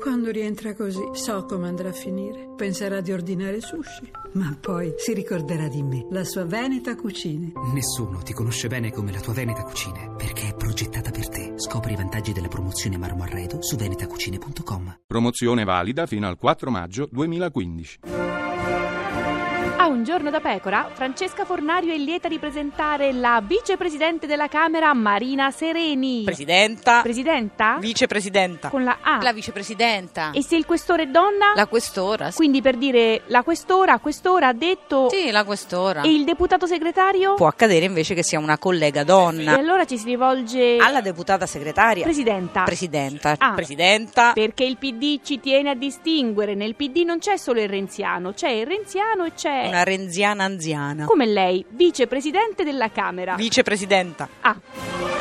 Quando rientra così, so come andrà a finire. Penserà di ordinare sushi, ma poi si ricorderà di me, la sua Veneta Cucine. Nessuno ti conosce bene come la tua Veneta Cucine, perché è progettata per te. Scopri i vantaggi della promozione Marmo Arredo su venetacucine.com. Promozione valida fino al 4 maggio 2015. A Un giorno da pecora, Francesca Fornario è lieta di presentare la vicepresidente della Camera Marina Sereni. Presidenta. Presidenta? Vicepresidenta. Con la A. La vicepresidenta. E se il questore è donna? La questora. Sì, Quindi per dire la questora ha detto... sì, la questora. E il deputato segretario? Può accadere invece che sia una collega E donna. allora ci si rivolge... Alla deputata segretaria. Presidenta. Presidenta. Ah. Presidenta. Perché il PD ci tiene a distinguere. Nel PD non c'è solo il renziano, c'è il renziano e c'è... Una renziana anziana. Come lei, vicepresidente della Camera. Vicepresidenta. Ah.